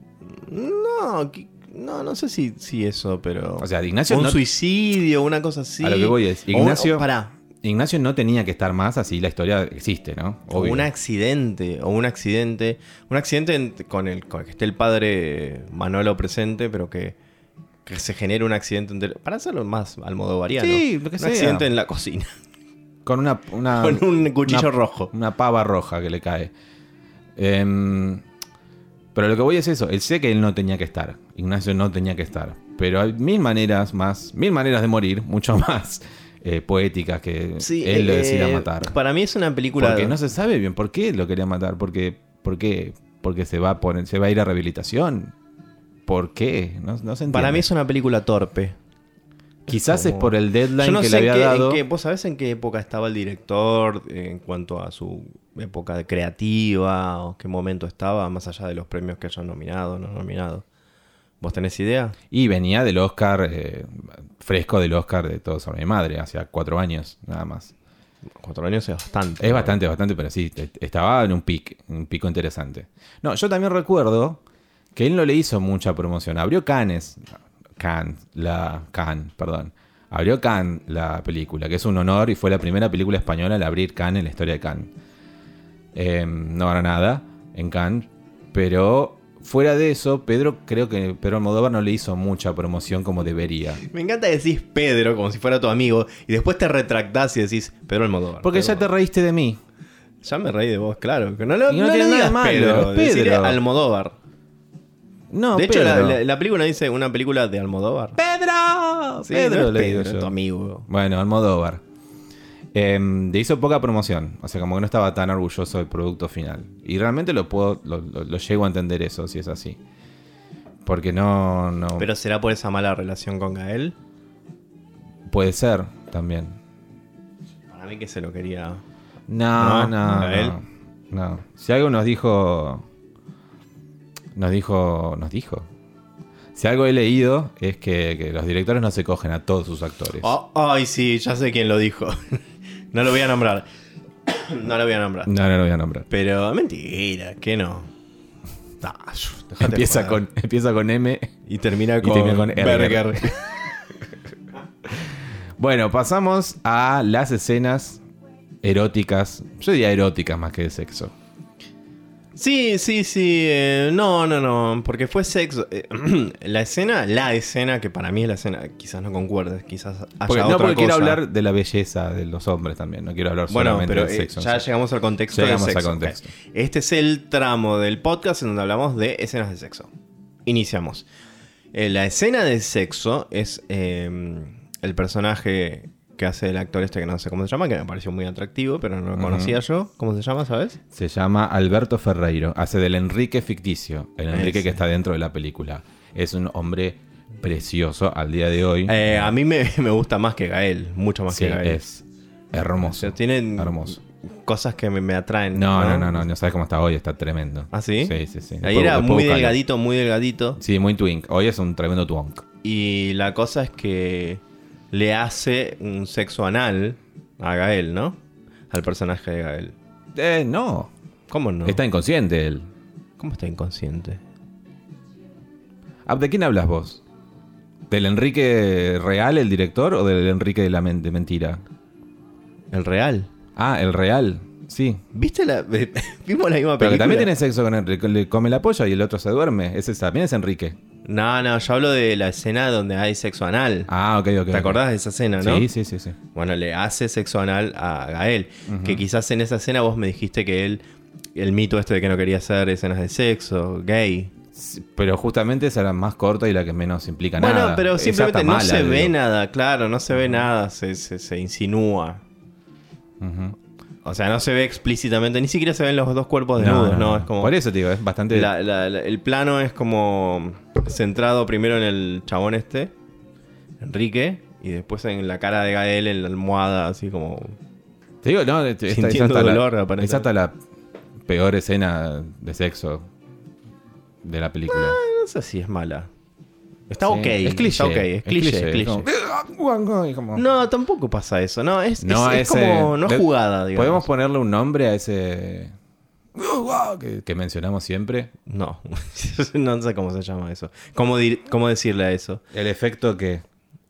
No sé si eso, pero... O sea, Ignacio un no- suicidio, una cosa así. A lo que voy es, O Ignacio- pará. Ignacio no tenía que estar más, así la historia existe, ¿no? O Obvio. un accidente. Con el que esté el padre Manolo presente, pero que se genere un accidente. Para hacerlo más almodovariano. Sí, lo que un sea. accidente en la cocina. Con una Con un cuchillo rojo. Una pava roja que le cae. Pero lo que voy es eso. Él sé que él no tenía que estar. Ignacio no tenía que estar. Pero hay mil maneras de morir, mucho más poéticas que Sí, él lo decida matar. Para mí es una película... Porque no se sabe bien por qué lo quería matar. ¿Por qué? Porque se va a ir a rehabilitación. ¿Por qué? No se entiende. Para mí es una película torpe. Quizás como- es por el deadline Yo no que sé le había dado. ¿Vos sabés en qué época estaba el director en cuanto a su época de creativa? ¿O qué momento estaba? Más allá de los premios que hayan nominado o no nominado. ¿Vos tenés idea? Y venía del Oscar, fresco del Oscar de Todo sobre mi madre, hace 4 años, nada más. 4 años es bastante. Es bastante, pero sí, estaba en un pico interesante. No, yo también recuerdo que él no le hizo mucha promoción. Abrió Cannes, Abrió Cannes la película, que es un honor y fue la primera película española al abrir Cannes en la historia de Cannes. No ganó nada en Cannes, pero fuera de eso, creo que Pedro Almodóvar no le hizo mucha promoción como debería. Me encanta que decís Pedro como si fuera tu amigo y después te retractás y decís Pedro Almodóvar. Porque ya te reíste de mí. Ya me reí de vos, claro. Que no Y no le tiene nada digas de malo, Pedro, es decile Pedro. Almodóvar. No, De hecho, Pedro. la película dice una película de Almodóvar. ¡Pedro! Sí, Pedro, no es le digo Pedro, yo. tu amigo. Bueno, Almodóvar. Le hizo poca promoción. O sea, como que no estaba tan orgulloso del producto final. Y realmente lo llego a entender eso, si es así. Porque no. Pero será por esa mala relación con Gael. Puede ser también. Para mí que se lo quería. No. Gael. Si algo nos dijo. Si algo he leído es que los directores no se cogen a todos sus actores. Ay, sí, ya sé quién lo dijo. No lo voy a nombrar. No lo voy a nombrar. No lo voy a nombrar. Pero mentira, que no. Empieza con M y termina termina con Berger. Bueno, pasamos a las escenas eróticas. Yo diría eróticas más que de sexo. Sí. No. Porque fue sexo. La escena, que para mí es la escena, quizás no concuerdes, quizás haya otra cosa. Quiero hablar de la belleza de los hombres también. No quiero hablar solamente del sexo. Ya llegamos al contexto del sexo. Okay. Este es el tramo del podcast en donde hablamos de escenas de sexo. Iniciamos. La escena de sexo es el personaje que hace el actor este que no sé cómo se llama, que me pareció muy atractivo, pero no lo conocía yo. ¿Cómo se llama, sabes? Se llama Alberto Ferreiro. Hace del Enrique ficticio. El Enrique que está dentro de la película. Es un hombre precioso al día de hoy. A mí me gusta más que Gael. Mucho más que Gael. Es hermoso. O sea, tienen hermoso. Cosas que me atraen. No sabes cómo está hoy. Está tremendo. ¿Ah, sí? Sí. Ahí era muy delgadito. Sí, muy twink. Hoy es un tremendo twonk. Y la cosa es que le hace un sexo anal a Gael, ¿no? Al personaje de Gael. No. ¿Cómo no? Está inconsciente él. ¿Cómo está inconsciente? ¿De quién hablas vos? ¿Del Enrique real, el director, o del Enrique de mentira? ¿El real? Ah, el real. Sí. ¿Viste vimos la misma película? Pero que también tiene sexo con Enrique. Le come la polla y el otro se duerme. También es Enrique. No, yo hablo de la escena donde hay sexo anal. Ah, ok. ¿Te acordás de esa escena, no? Sí. Bueno, le hace sexo anal a Gael. Que quizás en esa escena vos me dijiste que el mito este de que no quería hacer escenas de sexo, gay. Sí, pero justamente esa era más corta y la que menos implica nada. Bueno, pero simplemente no se ve nada, claro, no se ve nada, se insinúa. O sea, no se ve explícitamente, ni siquiera se ven los dos cuerpos desnudos, ¿no? Es como, por eso, tío, es bastante... el plano es como centrado primero en el chabón Enrique, y después en la cara de Gael en la almohada, así como... Te digo, no, sintiendo dolor, aparentemente. Es hasta la peor escena de sexo de la película. No sé si es mala. Está ok. Es cliché. Es cliché. No, tampoco pasa eso. No, es como... No jugada, digamos. ¿Podemos ponerle un nombre a ese... que mencionamos siempre? No. No sé cómo se llama eso. ¿Cómo decirle a eso? El efecto que...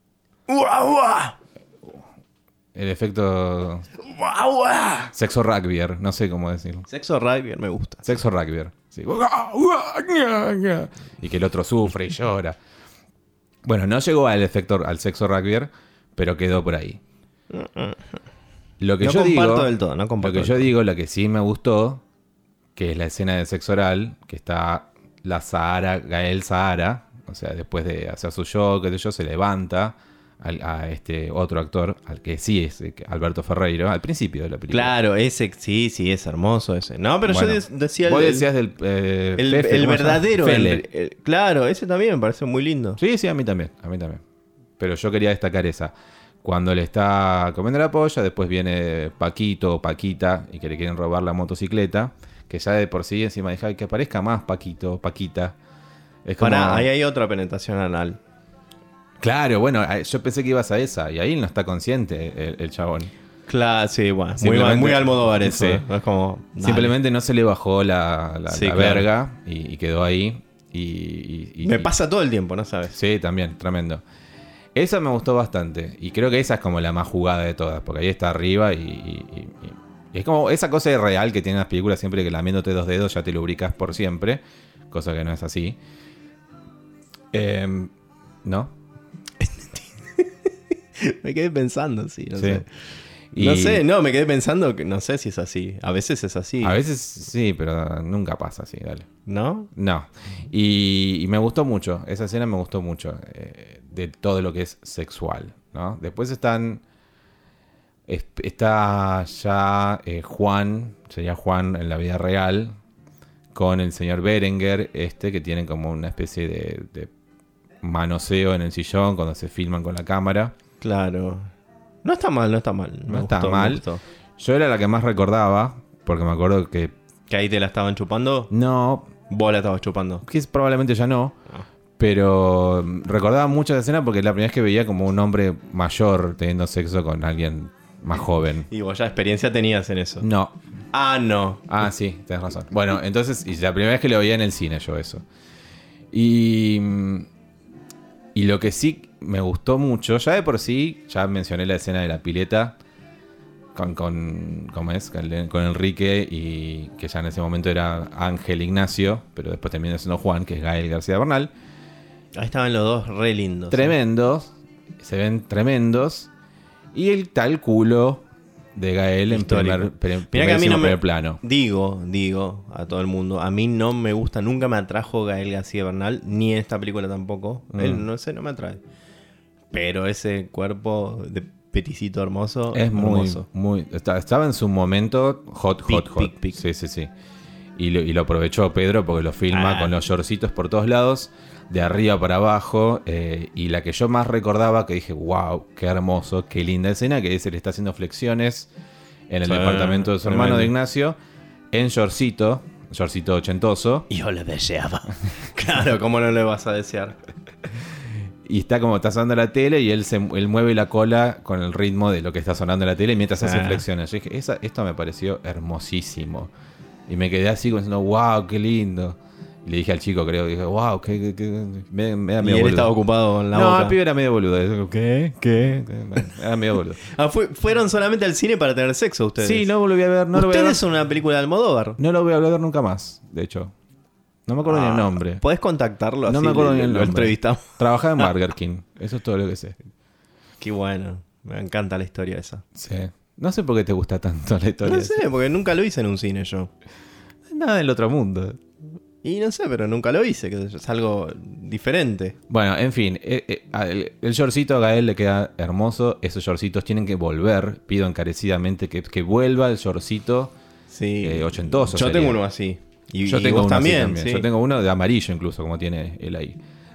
El efecto... Sexo rugbyer. No sé cómo decirlo. Sexo rugbyer me gusta. Sexo rugbyer. Sí. Y que el otro sufre y llora. Bueno, no llegó al sexo rugbyer, pero quedó por ahí. Lo que yo digo, lo que sí me gustó, que es la escena de sexo oral, que está Gael Sahara, o sea, después de hacer su show, que se levanta a este otro actor, al que sí es Alberto Ferreiro, al principio de la película. Claro, ese sí, es hermoso ese. No, pero bueno, yo decía... Vos decías del... el verdadero. Claro, ese también me parece muy lindo. Sí, a mí también. Pero yo quería destacar esa. Cuando le está comiendo la polla, después viene Paquito o Paquita y que le quieren robar la motocicleta, que ya de por sí encima deja que aparezca más Paquito o Paquita. Es como... ahí hay otra penetración anal. Claro, bueno, yo pensé que ibas a esa y ahí no está consciente el chabón. Claro, sí, bueno, muy Almodóvar eso. Sí. Es como, simplemente no se le bajó la verga y quedó ahí. Me pasa todo el tiempo, ¿no sabes? Sí, también, tremendo. Esa me gustó bastante y creo que esa es como la más jugada de todas, porque ahí está arriba y es como esa cosa real que tienen las películas, siempre que lamiéndote dos dedos ya te lubricas por siempre, cosa que no es así. ¿No? Me quedé pensando, sí, no sé. Me quedé pensando que no sé si es así. A veces es así. A veces sí, pero nunca pasa así, dale. ¿No? No. Y me gustó mucho, esa escena me gustó mucho, de todo lo que es sexual, ¿no? Después está ya Juan, sería Juan en la vida real, con el señor Berenguer, que tienen como una especie de manoseo en el sillón cuando se filman con la cámara. Claro. No está mal. No está mal. Yo era la que más recordaba, porque me acuerdo que... ¿Que ahí te la estaban chupando? No. ¿Vos la estabas chupando? Que probablemente ya no. Pero recordaba mucho esa escena porque la primera vez que veía como un hombre mayor teniendo sexo con alguien más joven. Y vos ya experiencia tenías en eso. No. Ah, no. Ah, sí, tenés razón. Bueno, entonces, y la primera vez que lo veía en el cine yo eso. Y lo que sí me gustó mucho, ya de por sí, ya mencioné la escena de la pileta ¿cómo es? Con Enrique y que ya en ese momento era Ángel Ignacio, pero después terminó siendo Juan, que es Gael García Bernal. Ahí estaban los dos re lindos. Tremendos, se ven tremendos. Y el tal culo de Gael Histórico. en Mirá que a mí no primer plano. Digo a todo el mundo, a mí no me gusta, nunca me atrajo Gael García Bernal, ni en esta película tampoco. Él, no sé, no me atrae. Pero ese cuerpo de peticito hermoso Es hermoso. muy... Estaba en su momento hot. Pic. Sí. Y lo aprovechó Pedro porque lo filma con los shortcitos por todos lados, de arriba para abajo. Y la que yo más recordaba, que dije, wow, qué hermoso, qué linda escena, que es él está haciendo flexiones en el departamento de su hermano de Ignacio, en shortcito ochentoso. Yo le deseaba. Claro, ¿cómo no le vas a desear? Y está como está sonando la tele y él mueve la cola con el ritmo de lo que está sonando en la tele mientras hace flexiones. Yo dije, esto me pareció hermosísimo. Y me quedé así como diciendo, wow, qué lindo. Y le dije al chico, creo, dije, wow, me da medio Y él boludo. estaba ocupado en la boca. No, el pibe era medio boludo. Yo, ¿Qué? Era medio boludo. Fueron solamente al cine para tener sexo ustedes. Sí, no lo voy a ver. Ustedes son una película de Almodóvar. No lo voy a ver nunca más, de hecho. No me acuerdo ni el nombre. ¿Podés contactarlo? No así me acuerdo ni el lo nombre. entrevistamos. Trabajaba en Burger King. Eso es todo lo que sé. Qué bueno. Me encanta la historia esa. Sí. No sé por qué te gusta tanto la historia. No sé, porque nunca lo hice en un cine yo. Nada del otro mundo. Y no sé, pero nunca lo hice, que es algo diferente. Bueno, en fin, el shortcito a Gael le queda hermoso. Esos shortcitos tienen que volver. Pido encarecidamente que vuelva el shortcito ochentoso. Yo sería. tengo uno así. Y Yo y tengo vos uno así también. Sí. Yo tengo uno de amarillo incluso, como tiene él ahí.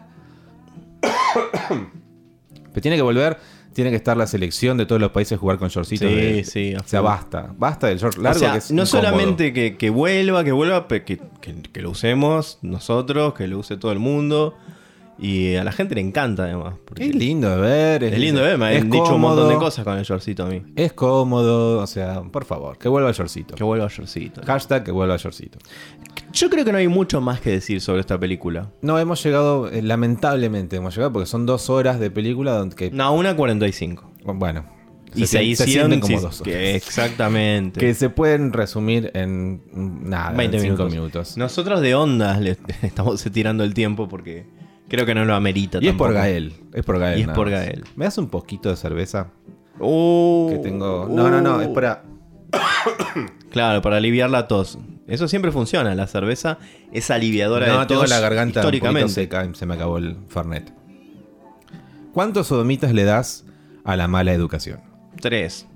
Pero tiene que volver, tiene que estar la selección de todos los países jugar con shortcitos. Sí. O sea, basta del short largo, o sea, que es no incómodo. solamente que vuelva, pero que lo usemos nosotros, que lo use todo el mundo. Y a la gente le encanta además. Porque Es lindo de ver. es lindo de ver, me han dicho un montón de cosas con el shortcito a mí. Es cómodo, o sea, por favor, que vuelva el shortcito. Que vuelva el shortcito. Hashtag que vuelva el shortcito. Yo creo que no hay mucho más que decir sobre esta película. No, hemos llegado, lamentablemente hemos llegado, porque son 2 horas de película donde No, 1:45. Bueno. Y se hicieron sienten como 2 horas. Exactamente. Que se pueden resumir en nada, 20 5 minutos. Nosotros de ondas le estamos tirando el tiempo porque creo que no lo amerita. Y tampoco. es por Gael. Es por Gael. Y es nada por más. Gael. ¿Me das un poquito de cerveza? Que tengo. No, es para. Claro, para aliviar la tos. Eso siempre funciona. La cerveza es aliviadora de tos. No, tengo la garganta un poquito históricamente. seca y se me acabó el Fernet. ¿Cuántos sodomitas le das a la mala educación? 3.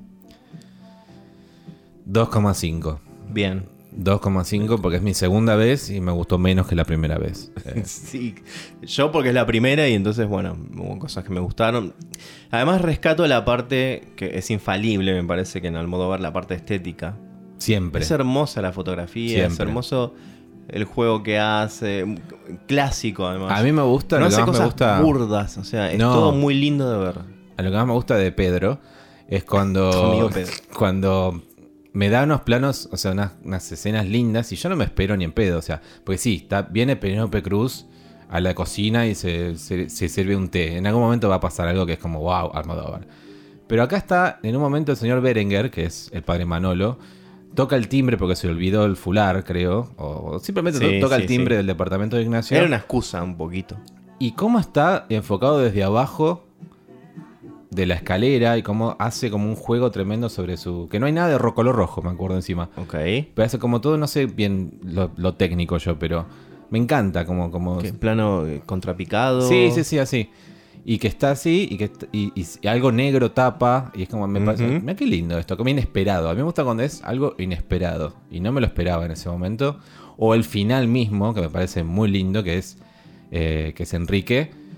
2,5. Bien. 2,5 porque es mi segunda vez y me gustó menos que la primera vez. Sí. Yo porque es la primera y entonces, bueno, hubo cosas que me gustaron. Además rescato la parte que es infalible, me parece que en Almodóvar, la parte estética. Siempre. Es hermosa la fotografía, Siempre. es hermoso el juego que hace, clásico además. A mí me gusta, no lo que hace más me cosas gusta, burdas, o sea, es No. todo muy lindo de ver. a lo que más me gusta de Pedro es Tu amigo cuando Pedro. cuando me da unos planos, o sea, unas escenas lindas y yo no me espero ni en pedo, o sea, porque sí, viene Penélope Cruz a la cocina y se sirve un té. En algún momento va a pasar algo que es como wow, Almodóvar. Pero acá está, en un momento el señor Berenguer, que es el padre Manolo, toca el timbre porque se olvidó el fular, creo, o simplemente Sí, toca sí, el timbre sí. del departamento de Ignacio. Era una excusa un poquito. Y cómo está enfocado desde abajo de la escalera y cómo hace como un juego tremendo sobre su... Que no hay nada de color rojo, me acuerdo encima. Ok. Pero hace como todo, no sé bien lo técnico yo, pero me encanta como... ¿Qué plano contrapicado? Sí, así. Y que está así y algo negro tapa y es como, me parece, mira qué lindo esto, como inesperado. A mí me gusta cuando es algo inesperado y no me lo esperaba en ese momento. O el final mismo, que me parece muy lindo, que es Enrique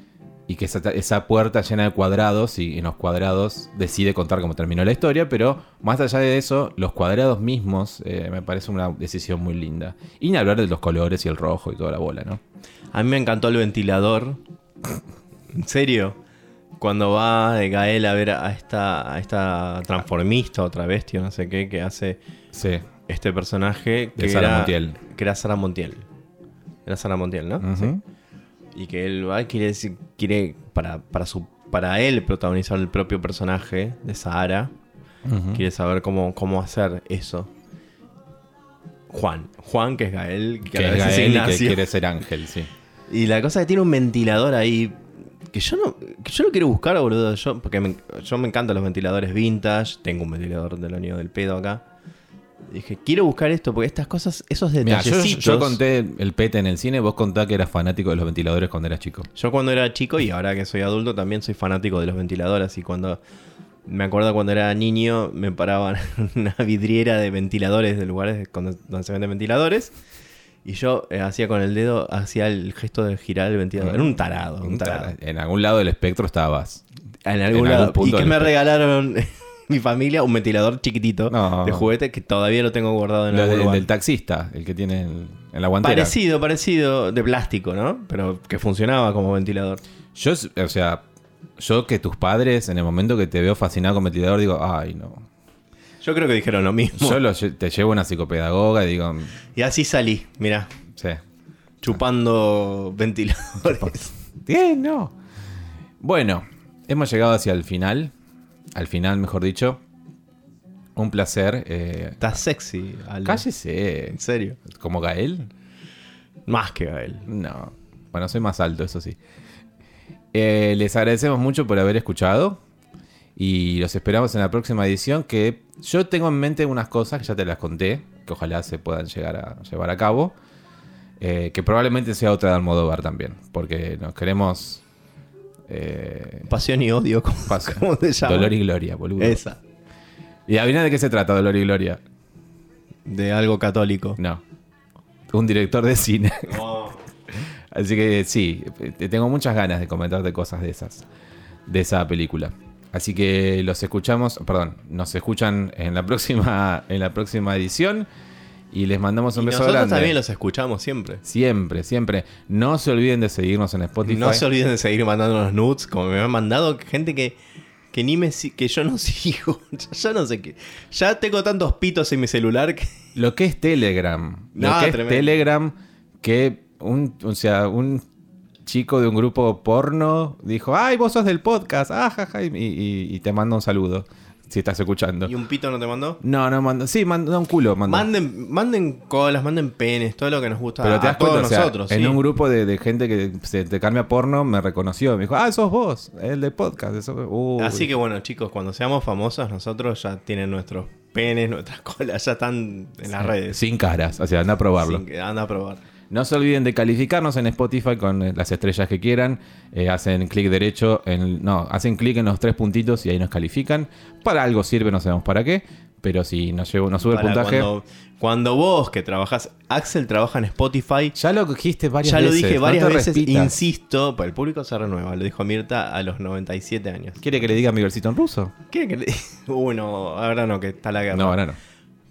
y que esa puerta llena de cuadrados, y en los cuadrados decide contar cómo terminó la historia, pero más allá de eso, los cuadrados mismos me parece una decisión muy linda. Y ni hablar de los colores y el rojo y toda la bola, ¿no? A mí me encantó el ventilador. ¿En serio? Cuando va Gael a ver a esta transformista o travesti o no sé qué, que hace este personaje de Sara Montiel. Que era Sara Montiel. Era Sara Montiel, ¿no? Uh-huh. Sí. Y que él va, quiere para él protagonizar el propio personaje de Sara. Uh-huh. Quiere saber cómo hacer eso. Juan, que es Gael, que es Gael y que quiere ser Ángel, sí. Y la cosa es que tiene un ventilador ahí que yo no quiero buscar, boludo. Porque yo me encantan los ventiladores vintage. Tengo un ventilador del año del pedo acá. Dije, quiero buscar esto porque estas cosas, esos detallecitos. Yo conté el pete en el cine, vos contá que eras fanático de los ventiladores cuando eras chico. Yo cuando era chico y ahora que soy adulto también soy fanático de los ventiladores. Y me acuerdo cuando era niño me paraban una vidriera de ventiladores, de lugares donde se venden ventiladores. Y yo hacía con el dedo, hacía el gesto de girar el ventilador. Era un tarado. En algún lado del espectro estabas. En algún lado. Y que me regalaron mi familia un ventilador chiquitito de juguete que todavía lo tengo guardado en algún lugar. Del taxista, el que tiene en la guantera. Parecido, de plástico, ¿no? Pero que funcionaba como ventilador. Yo que tus padres, en el momento que te veo fascinado con ventilador, digo, ay, no. Yo creo que dijeron lo mismo. Yo te llevo a una psicopedagoga y digo... Y así salí, mirá. Sí. Chupando ventiladores. Bien, no. Bueno, hemos llegado hacia el final. Al final, mejor dicho. Un placer. Estás sexy, Ale. Cállese. ¿En serio? ¿Como Gael? Más que Gael. No. Bueno, soy más alto, eso sí. Les agradecemos mucho por haber escuchado. Y los esperamos en la próxima edición, que yo tengo en mente unas cosas que ya te las conté, que ojalá se puedan llegar a llevar a cabo. Que probablemente sea otra de Almodóvar también, porque nos queremos... Pasión y odio, ¿cómo se llama? Dolor y Gloria, boludo. Esa. ¿Y adivina de qué se trata Dolor y Gloria? De algo católico. No. Un director de cine. Oh. Así que sí, tengo muchas ganas de comentarte cosas de esa película. Así que nos escuchan en la próxima edición y les mandamos un beso grande. Nosotros también los escuchamos siempre. Siempre. No se olviden de seguirnos en Spotify. No se olviden de seguir mandándonos nudes, como me han mandado gente que yo no sigo. Ya no sé qué. Ya tengo tantos pitos en mi celular que... Lo que es Telegram. Telegram, que un chico de un grupo porno dijo, ay, vos sos del podcast, y te manda un saludo si estás escuchando. ¿Y un pito no te mandó? No mandó. Sí, mandó un culo. Manden colas, manden penes, todo lo que nos gusta. Pero te das cuenta, nosotros. En un grupo de gente que se te cambia porno, me reconoció. Me dijo, sos vos, el del podcast. Así que bueno, chicos, cuando seamos famosos, nosotros ya tienen nuestros penes, nuestras colas, ya están en las redes. Sin caras, anda a probarlo. Anda a probar. No se olviden de calificarnos en Spotify con las estrellas que quieran. Hacen clic derecho hacen clic en los 3 puntitos y ahí nos califican. Para algo sirve, no sabemos para qué. Pero si nos sube el puntaje. Cuando vos que trabajás, Axel trabaja en Spotify. Ya lo dijiste varias veces. Ya lo dije varias veces, insisto. Pues el público se renueva. Lo dijo Mirta a los 97 años. ¿Quiere que le diga mi versito en ruso? ¿Quiere que le no, ahora no, que está la guerra. No, ahora no.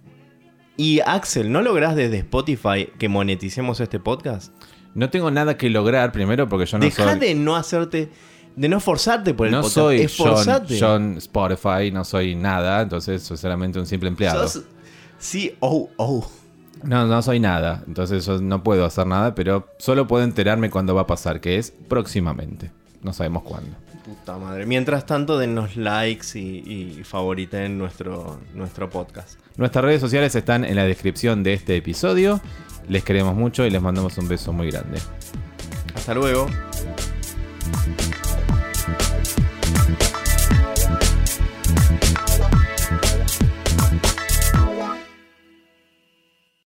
Y Axel, ¿no lográs desde Spotify que moneticemos este podcast? No tengo nada que lograr, primero porque yo no soy... Dejá de no esforzarte por el podcast. No soy John Spotify, no soy nada, entonces soy solamente un simple empleado. No soy nada, entonces yo no puedo hacer nada, pero solo puedo enterarme cuando va a pasar, que es próximamente. No sabemos cuándo. Puta madre. Mientras tanto, dennos likes y favoriten nuestro podcast. Nuestras redes sociales están en la descripción de este episodio. Les queremos mucho y les mandamos un beso muy grande. Hasta luego.